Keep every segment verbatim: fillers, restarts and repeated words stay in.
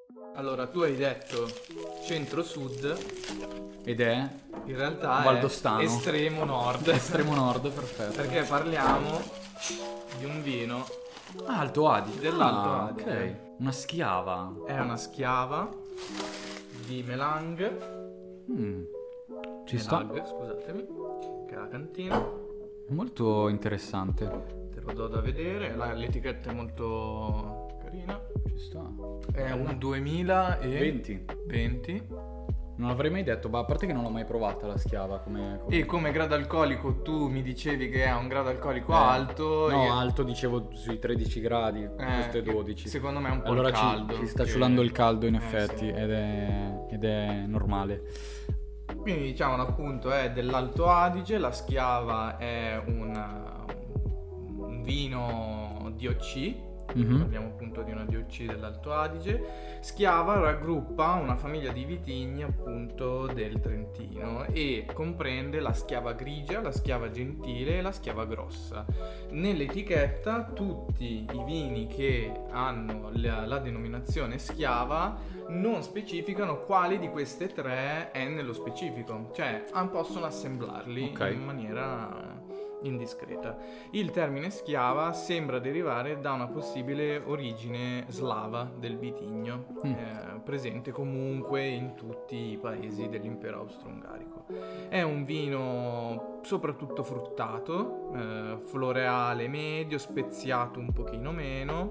Allora, tu hai detto centro-sud, ed è in realtà Valdostano. è estremo nord. Estremo nord, perfetto. Perché parliamo di un vino Ah, Alto Adige. dell'Alto Ah, Adige. ok. Una schiava. È una schiava di Melang. Mm. Ci sta. Melang, scusatemi, che è la cantina. Molto interessante. Te lo do da vedere. La- l'etichetta è molto carina. Ci sta. È un duemilaventi. Non l'avrei mai detto, ma a parte che non l'ho mai provata la schiava come... come... E come grado alcolico tu mi dicevi che ha un grado alcolico Eh, alto. No, e- alto dicevo sui tredici gradi, eh, questo è che dodici. Secondo me è un po' Allora il ci- caldo. ci, sta che- ciulando il caldo in Eh, effetti sì. ed, è, ed è normale. Quindi diciamo appunto è dell'Alto Adige, la schiava è un, un vino D O C, Mhm. parliamo appunto di una D O C dell'Alto Adige. Schiava raggruppa una famiglia di vitigni appunto del Trentino e comprende la schiava grigia, la schiava gentile e la schiava grossa. Nell'etichetta tutti i vini che hanno la, la denominazione schiava non specificano quali di queste tre è nello specifico, cioè ah, possono assemblarli Ok. in maniera indiscreta. Il termine schiava sembra derivare da una possibile origine slava del vitigno, Mm. eh, presente comunque in tutti i paesi dell'impero austro-ungarico. È un vino soprattutto fruttato, eh, floreale medio, speziato un pochino meno.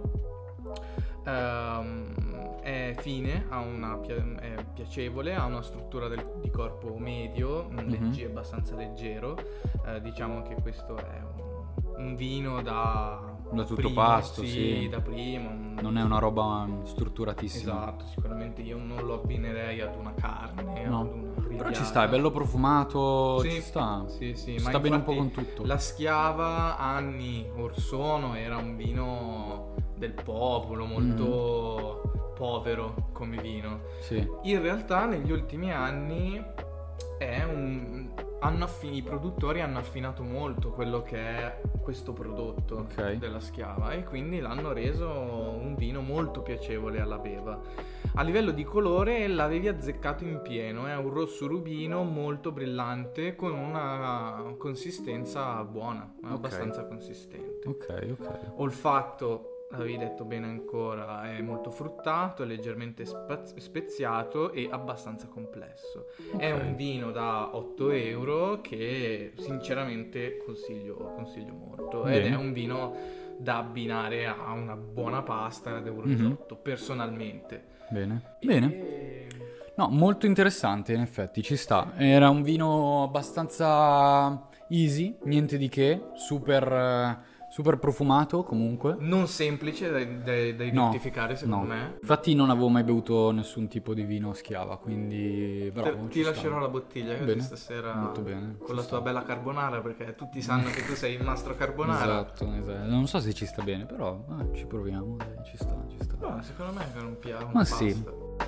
Ehm, è fine, ha una pia- è piacevole, ha una struttura del- di corpo medio, mm, Mhm. legge- abbastanza leggero. Eh, diciamo che questo è un, un vino da Da tutto primo, pasto, sì, sì. da primo. un- Non è una roba strutturatissima. Esatto, sicuramente io non lo abbinerei ad una carne, No. ad una Però grigliata. ci sta, è bello profumato, Sì, ci sta. sì, sì, Ci ma sta bene un po' infatti con tutto. La schiava anni or sono era un vino del popolo, molto Mm. povero come vino. Sì. In realtà negli ultimi anni è un... hanno affi- i produttori hanno affinato molto quello che è questo prodotto Ok. della schiava e quindi l'hanno reso un vino molto piacevole alla beva. A livello di colore l'avevi azzeccato in pieno, è un rosso rubino molto brillante con una consistenza buona, abbastanza consistente. Ok, ok. Olfatto, avevi detto bene ancora, è molto fruttato, è leggermente spaz- speziato e abbastanza complesso. È Ok. un vino da otto euro che sinceramente consiglio, consiglio molto ed Bene. è un vino da abbinare a una buona pasta ed euro Mhm. risotto, personalmente. Bene. Bene. E- No, molto interessante in effetti, ci sta. Era un vino abbastanza easy, niente di che, super, eh, super profumato comunque. Non semplice da, da- da No, identificare secondo no. me. Infatti non avevo mai bevuto nessun tipo di vino a schiava, quindi bravo. Te- ci ti sta. lascerò la bottiglia così Bene. stasera Molto bene, con ci la sta. tua bella carbonara, perché tutti sanno che tu sei il mastro carbonara. Esatto, esatto. Non so se ci sta bene, però eh, ci proviamo, dai, ci sta, ci sta. No, secondo me è un piatto. Ma sì.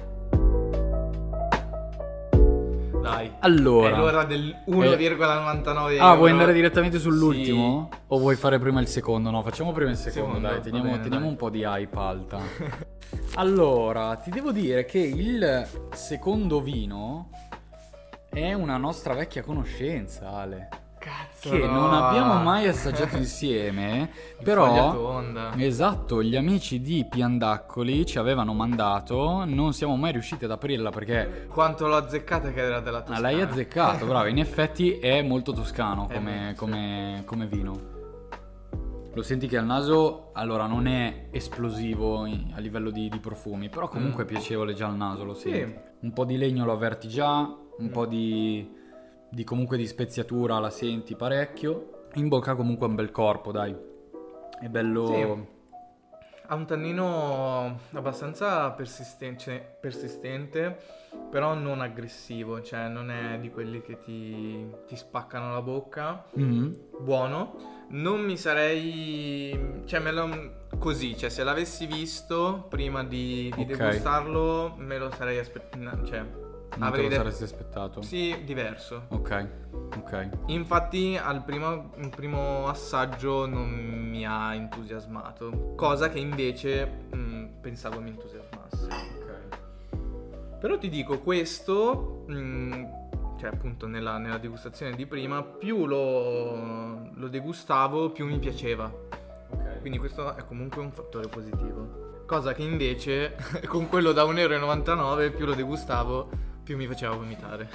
Dai. Allora, È l'ora del uno virgola novantanove euro. ah, vuoi andare direttamente sull'ultimo? Sì. O vuoi fare prima il secondo? No, facciamo prima il secondo, Secondo, dai, va teniamo, bene, teniamo dai. un po' di hype alta. Allora, ti devo dire che il secondo vino è una nostra vecchia conoscenza, Ale. Cazzo. Che no. non abbiamo mai assaggiato insieme, In però... foglia tonda. Esatto, gli amici di Piandaccoli ci avevano mandato, non siamo mai riusciti ad aprirla perché Quanto l'ho azzeccata che era della ah, Toscana. l'hai azzeccato, bravo, in effetti è molto toscano È come, vero, sì. come- come vino. Lo senti che al naso, allora non è esplosivo in- a livello di, di profumi, però comunque Mm. è piacevole già al naso, lo Sì. senti. Un po' di legno lo avverti già, un Mm. po' di, di comunque di speziatura la senti parecchio. In bocca comunque è un bel corpo, dai. È bello... Sì. Ha un tannino abbastanza persisten- cioè, persistente, però non aggressivo, cioè non è di quelli che ti, ti spaccano la bocca. Mhm. Buono. Non mi sarei... cioè me lo... così, cioè se l'avessi visto prima di, di Ok. degustarlo me lo sarei aspettato, cioè Non avrei te lo detto... saresti aspettato? Sì, diverso. Ok, ok. Infatti al primo, il primo assaggio non mi ha entusiasmato, cosa che invece mh, pensavo mi entusiasmasse. Ok. Però ti dico, questo, mh, cioè appunto nella, nella degustazione di prima, più lo, lo degustavo, più mi piaceva. Okay. Quindi questo è comunque un fattore positivo. Cosa che invece con quello da un euro e novantanove, più lo degustavo, più mi faceva vomitare.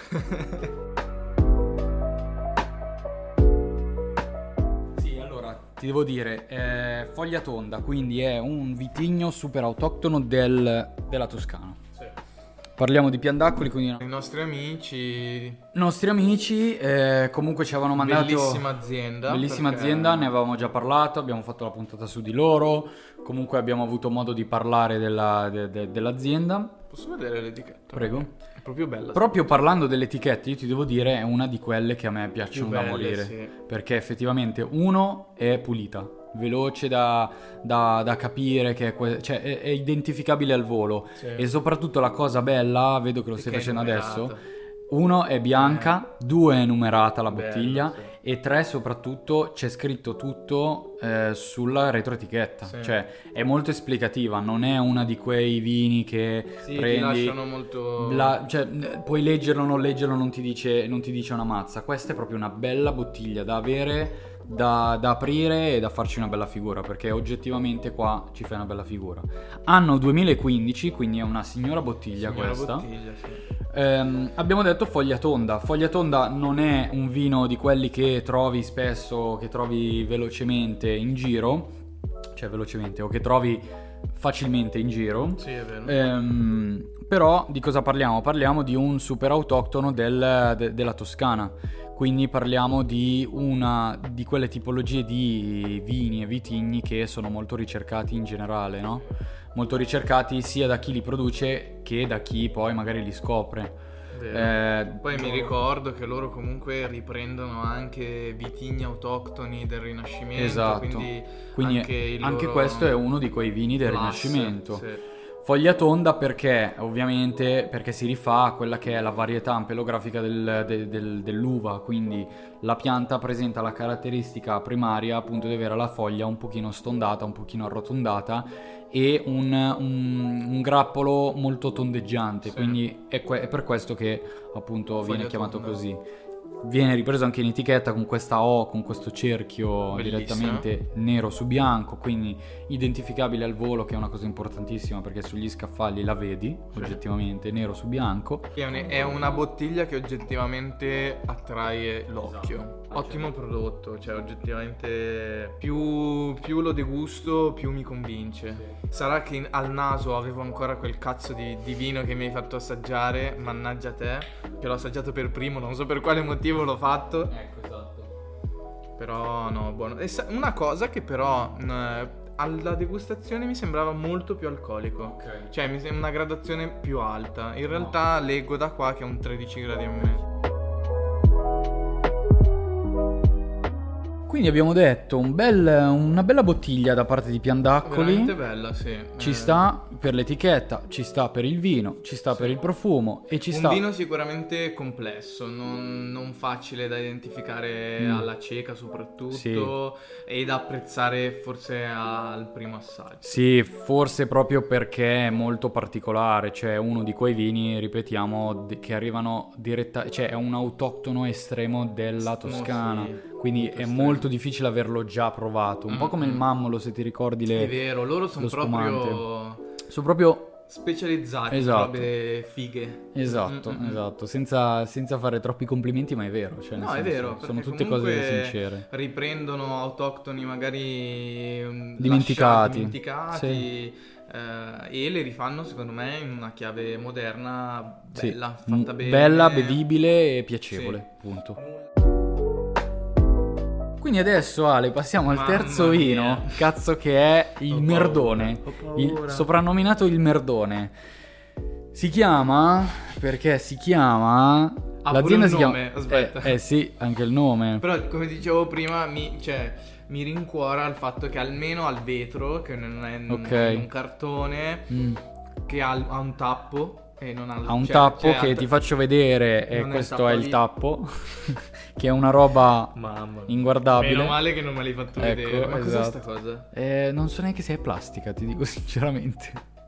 Sì, allora ti devo dire, è foglia tonda, quindi è un vitigno super autoctono del, della Toscana. Sì. Parliamo di Piandaccoli, quindi i nostri amici i nostri amici eh, comunque ci avevano mandato bellissima azienda bellissima perché... azienda, ne avevamo già parlato, abbiamo fatto la puntata su di loro, comunque abbiamo avuto modo di parlare della, de, de, dell'azienda. Posso vedere l'etichetta? Prego. È proprio bella. Proprio parlando delle etichette, io ti devo dire, è una di quelle che a me piacciono belle, da morire, sì. Perché effettivamente uno è pulita, veloce da, da, da capire, che è, que- cioè è, è identificabile al volo, sì. E soprattutto la cosa bella, vedo che lo stai facendo adesso, uno è bianca, eh. due è numerata la bottiglia, bello, sì. E tre soprattutto c'è scritto tutto eh, sulla retroetichetta, sì. Cioè è molto esplicativa, non è una di quei vini che sì, prendi, ti lasciano molto... la, cioè puoi leggerlo o non leggerlo, non ti dice, non ti dice una mazza. Questa è proprio una bella bottiglia da avere, Da, da aprire e da farci una bella figura, perché oggettivamente qua ci fai una bella figura. Anno duemilaquindici, quindi è una signora bottiglia, signora questa bottiglia, sì. ehm, abbiamo detto foglia tonda. Foglia tonda non è un vino di quelli che trovi spesso, che trovi velocemente in giro, cioè velocemente, o che trovi facilmente in giro. Sì, è vero. ehm, Però di cosa parliamo? Parliamo di un super autoctono del, de, della Toscana. Quindi parliamo di una di quelle tipologie di vini e vitigni che sono molto ricercati in generale, no? Molto ricercati sia da chi li produce che da chi poi magari li scopre. Eh, poi mi ricordo che loro comunque riprendono anche vitigni autoctoni del Rinascimento. Esatto. Quindi, quindi anche, anche questo è uno di quei vini del classe, Rinascimento. Sì. Foglia tonda perché ovviamente perché si rifà a quella che è la varietà ampelografica del, del, del, dell'uva, quindi la pianta presenta la caratteristica primaria appunto di avere la foglia un pochino stondata, un pochino arrotondata e un, un, un grappolo molto tondeggiante, sì. Quindi è, que- è per questo che appunto foglia viene chiamato tonda. Così. Viene ripreso anche in etichetta con questa O, con questo cerchio bellissima, direttamente nero su bianco, quindi identificabile al volo, che è una cosa importantissima perché sugli scaffali la vedi, sì. Oggettivamente, nero su bianco. È una bottiglia che oggettivamente attrae l'occhio. Esatto. Ottimo prodotto, cioè oggettivamente più, più lo degusto più mi convince. Sì. Sarà che al naso avevo ancora quel cazzo di, di vino che mi hai fatto assaggiare, mannaggia te, che l'ho assaggiato per primo, non so per quale motivo l'ho fatto. Ecco, esatto. Però no, buono. E una cosa che però mh, alla degustazione mi sembrava molto più alcolico. Okay. Cioè mi sembra una gradazione più alta. In realtà no. Leggo da qua che è un tredici gradi e mezzo. Quindi abbiamo detto un bel, una bella bottiglia da parte di Piandaccoli. Veramente bella, sì. Ci eh. sta per l'etichetta, ci sta per il vino, ci sta sì. per il profumo e ci un sta... Un vino sicuramente complesso, non, non facile da identificare mm. alla cieca soprattutto, sì. E da apprezzare forse al primo assaggio. Sì, forse proprio perché è molto particolare, cioè uno di quei vini, ripetiamo, che arrivano diretta, cioè è un autoctono estremo della Toscana. Sì. Quindi molto è estremo. Molto difficile averlo già provato. Un mm-hmm. po' come il mammolo, se ti ricordi le... È vero, loro sono proprio... Sono proprio... specializzati, esatto. Robe fighe. Esatto, mm-hmm. esatto. Senza, senza fare troppi complimenti, ma è vero. Cioè, no, senso, è vero. Sono tutte cose sincere. Riprendono autoctoni magari... Dimenticati. dimenticati sì. eh, e le rifanno, secondo me, in una chiave moderna, bella, sì. fatta bene. Bella, bevibile e piacevole, sì. Punto. Quindi adesso, Ale, passiamo al Mamma terzo mia. vino, cazzo, che è il Ho Merdone, il, soprannominato il Merdone. Si chiama, perché si chiama... Ah, l'azienda si nome, chiama... aspetta. Eh, eh sì, anche il nome. Però, come dicevo prima, mi, cioè, mi rincuora il fatto che almeno al vetro, che non è okay. un cartone, mm. che ha, ha un tappo. E non ha, ha un cioè, tappo cioè, che alt- ti faccio vedere e questo è il tappo, che è una roba Mamma. inguardabile. Meno male che non me l'hai fatto ecco, vedere. Ma esatto. cos'è sta cosa? Eh, non so neanche se è plastica, ti dico sinceramente.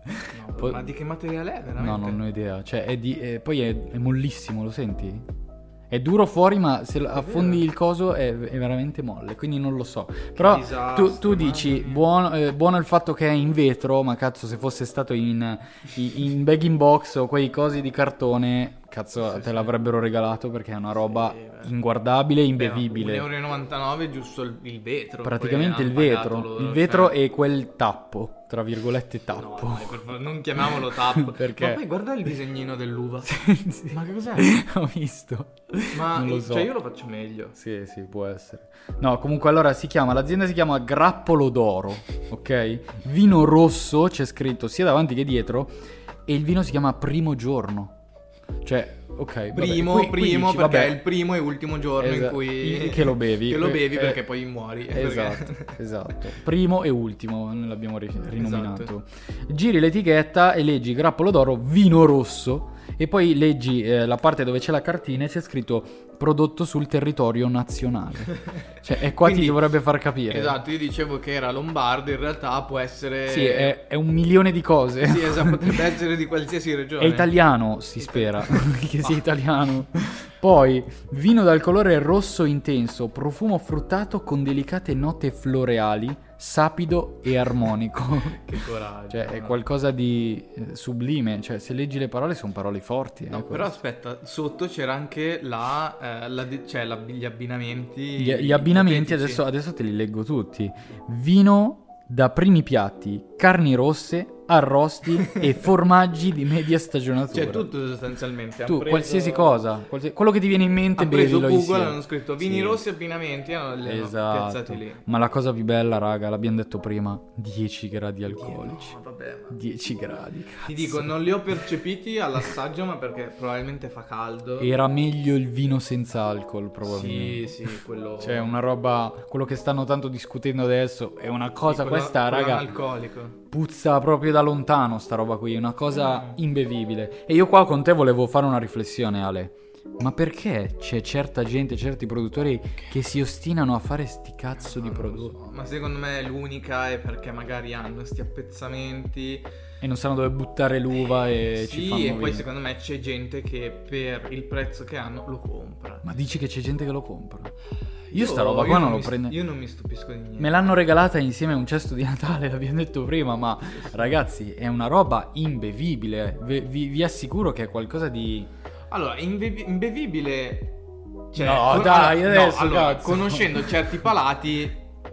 No, Po- ma di che materiale è veramente? No, non ho idea. Cioè, è di, è- poi è, è mollissimo, lo senti? È duro fuori, ma se lo- affondi il coso è, è veramente molle, quindi non lo so. Però disastro, tu, tu dici, mamma mia. buono, eh, buono il fatto che è in vetro, ma cazzo, se fosse stato in, in, in bag-in box o quei cosi di cartone, cazzo, Sì, te sì. l'avrebbero regalato perché è una roba Sì, beh. inguardabile e Beh, imbevibile. un euro e novantanove giusto il, il vetro. Praticamente poi il hanno pagato vetro, loro, il vetro cioè- e quel tappo, tra virgolette No, tappo. dai, per favore, non chiamiamolo tappo. Perché? Ma poi guarda il disegnino dell'uva. Sì. Ma che cos'è? Ho visto. Ma non lo so. cioè io lo faccio meglio. Sì, sì, può essere. No, comunque allora si chiama, l'azienda si chiama Grappolo d'Oro, ok? Vino rosso, c'è scritto sia davanti che dietro, e il vino si chiama Primo Giorno. Cioè, ok, vabbè, Primo, qui- qui primo, dici, perché vabbè, è il primo e ultimo giorno Esa- in cui... che lo bevi. Che lo bevi Eh, perché eh, poi muori. Esatto, perché- esatto. Primo e ultimo, noi l'abbiamo ri- rinominato. Esatto. Giri l'etichetta e leggi Grappolo d'Oro, vino rosso, e poi leggi eh, la parte dove c'è la cartina e c'è scritto prodotto sul territorio nazionale. Cioè, e qua Quindi- ti dovrebbe far capire. Esatto, io dicevo che era lombardo, in realtà può essere... Sì, è, è un milione di cose. Sì, esatto, potrebbe essere di qualsiasi regione. È italiano, si spera che sia italiano. Poi, vino dal colore rosso intenso, profumo fruttato con delicate note floreali, sapido e armonico. Che coraggio. Cioè, è no. qualcosa di eh, sublime. Cioè, se leggi le parole, sono parole forti. eh, No, però queste. aspetta, sotto c'era anche la, eh, la di- cioè la- gli abbinamenti. Gli, gli abbinamenti, ipotetici. adesso, adesso te li leggo tutti. Vino da primi piatti, carni rosse, arrosti e formaggi di media stagionatura. Cioè tutto sostanzialmente. Han Tu, preso- qualsiasi cosa, qualsi- quello che ti viene in mente, Ha preso bevilo Google, insieme. hanno scritto vini Sì. rossi abbinamenti e hanno li hanno Esatto. piazzati lì. Ma la cosa più bella, raga, l'abbiamo detto prima, dieci gradi alcolici. No, vabbè, ma... dieci gradi, cazzo. Ti dico, non li ho percepiti all'assaggio, ma perché probabilmente fa caldo. Era meglio il vino senza alcol, probabilmente. Sì, sì, quello... Cioè, una roba, quello che stanno tanto discutendo adesso è una cosa, sì, quello- questa, quello raga, analcolico. puzza proprio da lontano sta roba qui, è una cosa imbevibile. E io qua con te volevo fare una riflessione, Ale. Ma perché c'è certa gente, certi produttori che si ostinano a fare sti cazzo di Non lo prodotti so, ma secondo me l'unica è perché magari hanno sti appezzamenti. e non sanno dove buttare l'uva e ci Sì, fanno e poi vino? secondo me c'è gente che per il prezzo che hanno lo compra. Ma dici che c'è gente che lo compra? Io, Io- sta roba io qua non lo mi st- prendo. Io non mi stupisco di niente. Me l'hanno regalata insieme a un cesto di Natale, l'abbiamo detto prima, ma ragazzi, è una roba imbevibile. Vi, vi- vi assicuro che è qualcosa di... Allora, imbe- imbevibile. Cioè, No, dai, allora, adesso, no, allora, cazzo. conoscendo certi palati,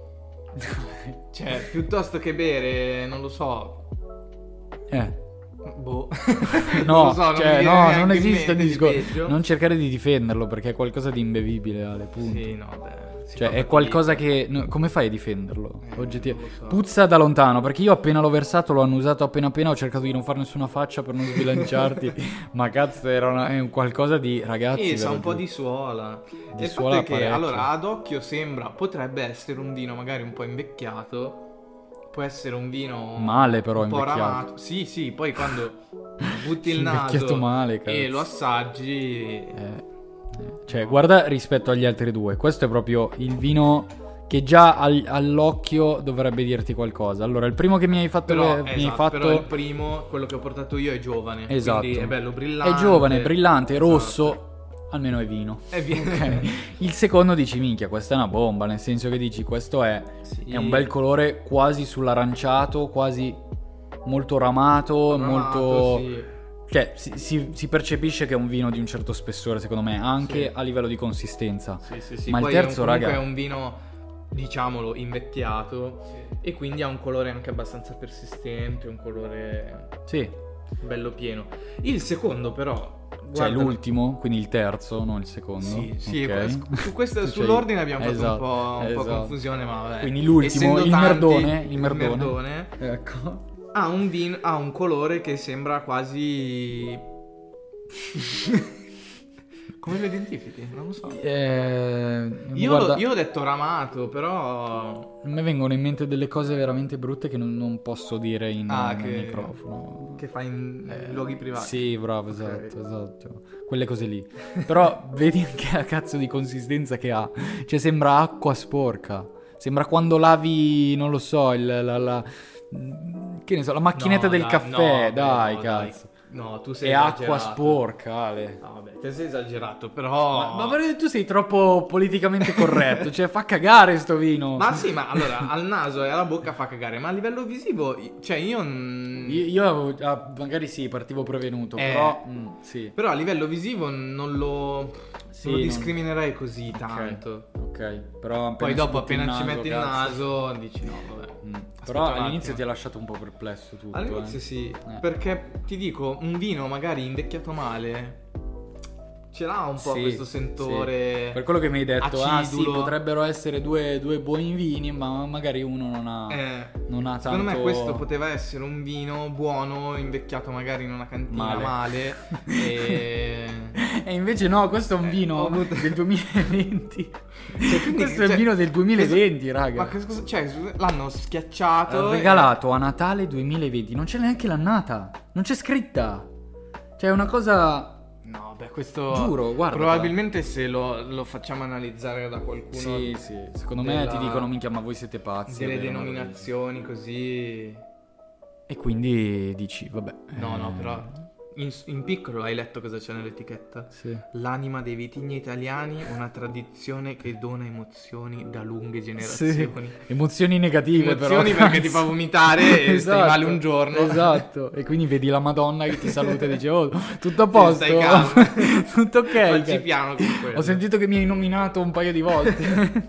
cioè, piuttosto che bere, non lo so, Eh. boh. No, non lo so, non cioè, mi viene no, neanche non in esiste mente il di discorso. peggio. Non cercare di difenderlo perché è qualcosa di imbevibile, Ale, punto. Sì, no, beh. si Cioè, fa è qualcosa fatica. che... no, come fai a difenderlo? Eh, Oggettivamente. non lo so. Puzza da lontano, perché io appena l'ho versato l'ho annusato appena appena, ho cercato di non fare nessuna faccia per non sbilanciarti, ma cazzo era una- è un qualcosa di... ragazzi... Sì, sa ve lo un po' giuro. di suola. Di E il suola fatto è che, parecchio. allora, ad occhio sembra, potrebbe essere un vino magari un po' invecchiato, può essere un vino Male, però, un po' invecchiato. ramato. Sì, sì, poi quando butti il Invecchiato naso male, cazzo. e lo assaggi... Eh, eh, cioè, guarda rispetto agli altri due, questo è proprio il vino che già al- all'occhio dovrebbe dirti qualcosa. Allora, il primo che mi hai fatto... Però, mi hai esatto, fatto... però il primo, quello che ho portato io è giovane. Esatto. Quindi è bello brillante. È giovane, brillante, Esatto. rosso, almeno è vino. È vino. Ok. Il secondo dici, minchia, questa è una bomba, nel senso che dici, questo è, Sì. è un bel colore quasi sull'aranciato, quasi molto ramato, Ramato, molto... sì. Cioè, si, si- si percepisce che è un vino di un certo spessore, secondo me, anche Sì. a livello di consistenza. Sì, sì, sì. Ma il Poi terzo, è un, comunque raga... è un vino, diciamolo, invecchiato e quindi ha un colore anche abbastanza persistente, un colore Sì, bello pieno. Il secondo però, cioè guarda- l'ultimo, quindi il terzo, non il secondo. Sì, sì, ok? su questo, Tu c'hai- sull'ordine abbiamo fatto Esatto, un po', un po' esatto. confusione, ma vabbè. Quindi l'ultimo, Essendo il tanti, merdone, il il merdone. merdone, Ecco. ha un vino, ha un colore che sembra quasi... Come lo identifichi? Non lo so. Eh, Io, guarda, lo- io ho detto ramato, però... a me vengono in mente delle cose veramente brutte che non, non posso dire in, Ah, nel che- microfono. Che fa in Eh, luoghi privati. Sì, bravo, Ok. esatto, esatto. Quelle cose lì. Però vedi anche la cazzo di consistenza che ha. Cioè sembra acqua sporca. Sembra quando lavi, non lo so, il, la, la- Che ne so, la macchinetta No, del dai, caffè, no, dai, no, cazzo. No, tu sei È esagerato. acqua sporca, Ale. No, vabbè, te sei esagerato, però... Ma, ma perché tu sei troppo politicamente corretto, cioè fa cagare sto vino. Ma sì, ma allora, al naso e alla bocca fa cagare, ma a livello visivo, cioè io... n- Io, io avevo, ah, magari sì, partivo prevenuto, Eh. però mm, sì. Però a livello visivo non lo, Sì, non lo non- discriminerei così Ok, tanto. ok, però Poi dopo appena ci metti metti il naso dici no, vabbè. Mm. Aspetta Però un all'inizio attimo. ti ha lasciato un po' perplesso tutto. All'inizio eh. sì, Eh. perché ti dico, un vino magari invecchiato male ce l'ha un po' Sì, questo sentore. sì. Per quello che mi hai detto, ah sì, acidulo. potrebbero essere due, due buoni vini, ma magari uno non ha, Eh, non ha tanto... secondo me questo poteva essere un vino buono, invecchiato magari in una cantina Male. male, e... E invece no, questo è un Eh, vino ho avuto- del duemilaventi. Cioè, quindi- questo è il cioè, vino del duemilaventi, cosa- raga. Ma che cosa, cioè, l'hanno schiacciato e- Regalato a Natale duemilaventi, non c'è neanche l'annata, non c'è scritta. Cioè è una cosa... No, beh, questo Giuro, guarda. probabilmente se lo, lo facciamo analizzare da qualcuno Sì, sì, secondo me della- ti dicono minchia ma voi siete pazzi. delle è vero, denominazioni così. E quindi dici, vabbè. No, no, eh, però in, in piccolo hai letto cosa c'è nell'etichetta? Sì. L'anima dei vitigni italiani, una tradizione che dona emozioni da lunghe Sì. generazioni. Emozioni negative Emozioni però. perché ti fa vomitare e stai male un giorno. Esatto. E quindi vedi la Madonna che ti saluta e dice oh, tutto a posto. Stai calmo. Tutto ok. Facci cazzo. piano con quello. Ho sentito che mi hai nominato un paio di volte.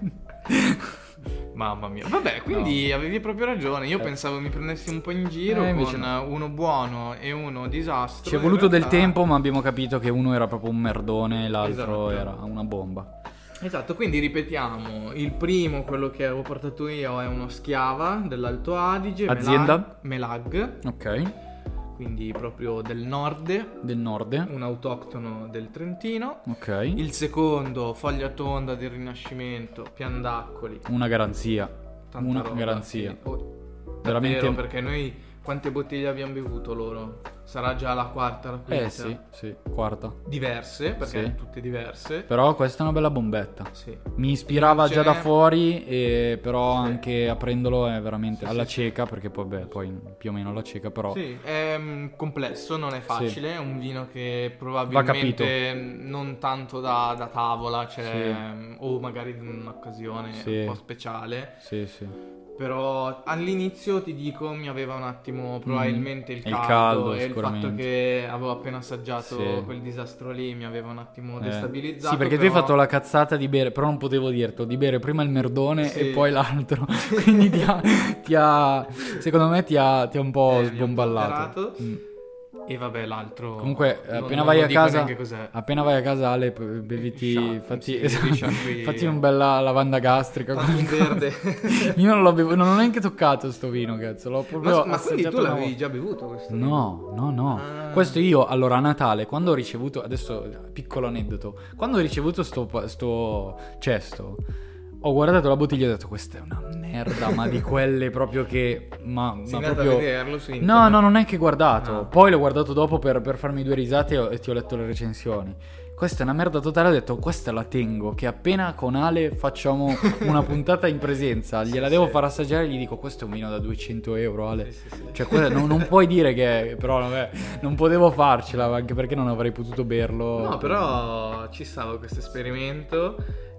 Mamma mia. Vabbè, quindi avevi proprio ragione. Io Eh. pensavo mi prendessi un po' in giro Eh, invece con no. uno buono e uno disastro. Ci è In voluto del realtà- tempo, ma abbiamo capito che uno era proprio un merdone e l'altro Esatto. era una bomba. Esatto, quindi ripetiamo. Il primo, quello che avevo portato io, è uno Schiava dell'Alto Adige. Azienda? Melag. Melag, Ok. quindi proprio del nord. Del nord. Un autoctono del Trentino. Ok. Il secondo, foglia tonda del Rinascimento, Piandaccoli. Una garanzia. Tanta Una roba, garanzia. sì. Oh, Veramente- davvero, perché noi quante bottiglie abbiamo bevuto loro? Sarà già la quarta, la quinta? Eh sì, sì, quarta. Diverse, perché Sì. tutte diverse. Però questa è una bella bombetta. Sì. Mi ispirava Ce già da n'è- fuori, e però Sì. anche aprendolo è veramente Sì, alla sì, cieca, perché poi, beh, poi più o meno alla cieca, però Sì, è mm, complesso, non è facile, è un vino che capito. probabilmente non tanto da, da tavola, cioè, mm, o magari in un'occasione Sì. un po' speciale, sì, sì. però all'inizio ti dico mi aveva un attimo probabilmente il Il caldo, caldo, e il fatto sicuramente. che avevo appena assaggiato Sì. quel disastro lì mi aveva un attimo Eh. destabilizzato. Sì, perché tu hai però- fatto la cazzata di bere, però non potevo dirtelo, di bere prima il merdone Sì. e poi l'altro. Quindi ti ha, ti ha- secondo me ti ha, ti ha un po' Eh, mi ha sbomballato. polverato. Mm. E vabbè, l'altro Comunque, non- appena non vai lo a dico casa, neanche cos'è. appena vai a casa, Ale, p- beviti, Sciacqui, fatti, sì, esatto, risciacqui- fatti un bella lavanda gastrica. Fatti un qualcosa. verde. Io non l'ho bevuto, non ho neanche toccato sto vino, cazzo. L'ho proprio Ma, ma quindi assaggiato tu una l'avevi volta. già bevuto questo? No, no, no. Ah. Questo io, allora, a Natale, quando ho ricevuto, adesso, piccolo aneddoto, quando ho ricevuto sto, sto cesto, ho guardato la bottiglia e ho detto, questa è una merda, ma di quelle proprio che, ma, Sei ma andato proprio... a vederlo su No, internet? no, non è che guardato. Ah. Poi l'ho guardato dopo per, per farmi due risate e, ho- e ti ho letto le recensioni. Questa è una merda totale, ho detto, questa la tengo, che appena con Ale facciamo una puntata in presenza, gliela devo far assaggiare e gli dico, questo è un vino da duecento euro, Ale. Sì, sì, sì. Cioè, quella- non, non puoi dire che, però, vabbè, non potevo farcela, anche perché non avrei potuto berlo. No, però ci stava questo esperimento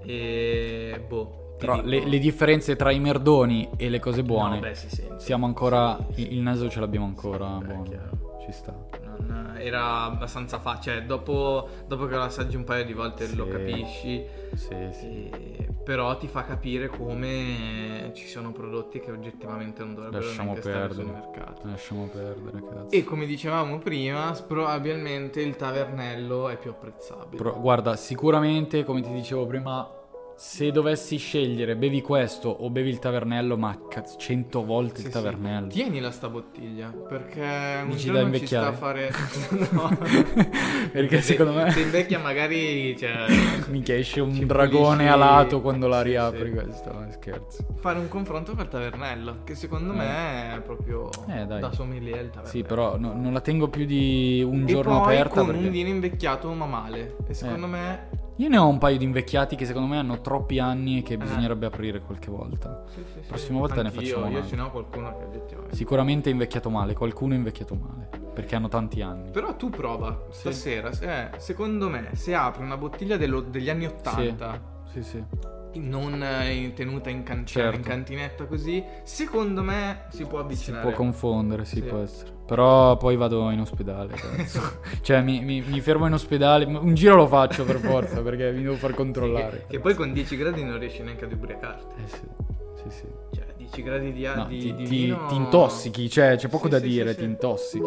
e boh. ti Però dico- le, le differenze tra i merdoni e le cose buone, No, beh, si sente. siamo ancora, Sì, sì, il naso ce l'abbiamo ancora Beh, buono, chiaro. ci sta. Non- era abbastanza facile, cioè dopo, dopo che lo assaggi un paio di volte Sì. lo capisci, Sì, sì. e- però ti fa capire come ci sono prodotti che oggettivamente non dovrebbero Lasciamo neanche stare perdere. sul mercato. Lasciamo perdere, cazzo. E come dicevamo prima, probabilmente il tavernello è più apprezzabile. Però, guarda, sicuramente, come ti dicevo prima, se dovessi scegliere bevi questo o bevi il tavernello, ma cazzo, cento volte Sì, il sì. tavernello. Tienila sta bottiglia, perché un Dici da giorno ci sta a invecchiare? fare... no. Perché Se- secondo me Se invecchia magari, cioè... minchia esce un ci dragone pulisci- alato quando la Sì, riapri, sì. questo, no, scherzo. Fare un confronto col tavernello, che secondo Eh. me è proprio Eh, dai. da sommelier il tavernello. Sì, però no- non la tengo più di un E giorno poi aperta con perché... un vino invecchiato ma male. E secondo Eh. me Io ne ho un paio di invecchiati che secondo me hanno troppi anni e che bisognerebbe aprire qualche volta. Sì, sì, sì. Prossima volta ne Anch'io, facciamo Io un'altra. ce n'ho qualcuno che effettivamente. Sicuramente è invecchiato male, qualcuno è invecchiato male, perché hanno tanti anni. Però tu prova Sì. stasera, eh, secondo me, se apri una bottiglia dello- degli anni ottanta, Sì, sì. non eh, tenuta in, can- Certo. in cantinetta così, secondo me si può Si avvicinare. può confondere, sì, Sì. può essere. Però poi vado in ospedale, cazzo. Cioè mi, mi- mi fermo in ospedale, un giro lo faccio per forza, perché mi devo far controllare. Che, che poi con dieci gradi non riesci neanche ad ubriacarti. Eh sì, sì, sì. Cioè, dieci gradi di, No, di, ti, di ti- vino... ti intossichi, cioè c'è poco Sì, da sì, dire, sì, ti sì. intossichi.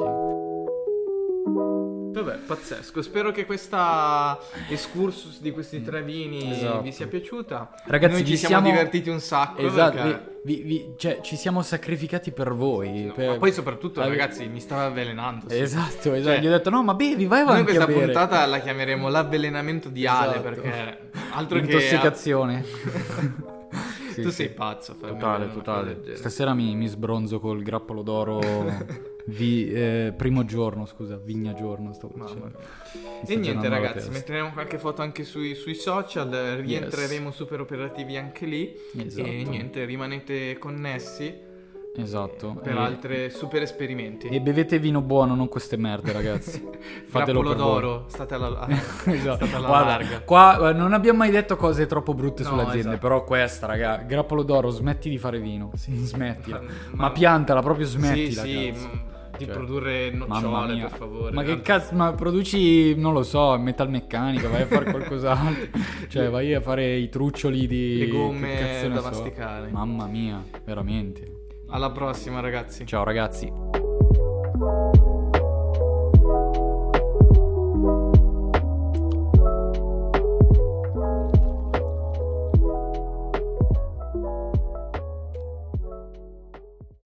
Vabbè, pazzesco. Spero che questa excursus di questi tre vini Esatto. vi sia piaciuta. Ragazzi, Noi ci vi siamo, siamo- divertiti un sacco. Esatto, perché- vi- vi- vi- cioè, ci siamo sacrificati per voi. No, per- Ma poi soprattutto, Ave- ragazzi, mi stava avvelenando. sì. Esatto, esatto. Cioè, Gli ho detto no, ma bevi, vai Noi avanti questa a bere. puntata la chiameremo l'avvelenamento di Ale, Esatto. perché altro Intossicazione. che... Sì, tu sì. sei pazzo, a farmi Totale, vedere una cosa del totale. genere. Stasera mi, mi sbronzo col grappolo d'oro. vi- eh, primo giorno, scusa, vigna giorno. Sto Mamma facendo. mia. Mi E sta niente girando la ragazzi, testa. metteremo qualche foto anche sui, sui social, rientreremo super operativi anche lì. Esatto. E niente, rimanete connessi Esatto. per E- altre super esperimenti. E bevete vino buono, non queste merde, ragazzi. Fatelo Grappolo per d'oro, state alla, Esatto. state alla Guarda, larga. qua eh, non abbiamo mai detto cose troppo brutte No, sulle aziende, esatto. però questa, raga, grappolo d'oro, smetti di fare vino. Smettila. Ma- Ma, ma- piantala, proprio smettila. Sì, sì, cazzo. m- di Cioè, produrre Mamma nocciole, mia. per favore. Ma che Tanto- cazzo, ma produci, non lo so, metalmeccanica, vai a fare qualcos'altro. Cioè, vai a fare i truccioli di... Le che gomme cazzo ne da so. masticare. Mamma mia, veramente. Alla prossima, ragazzi. Ciao ragazzi.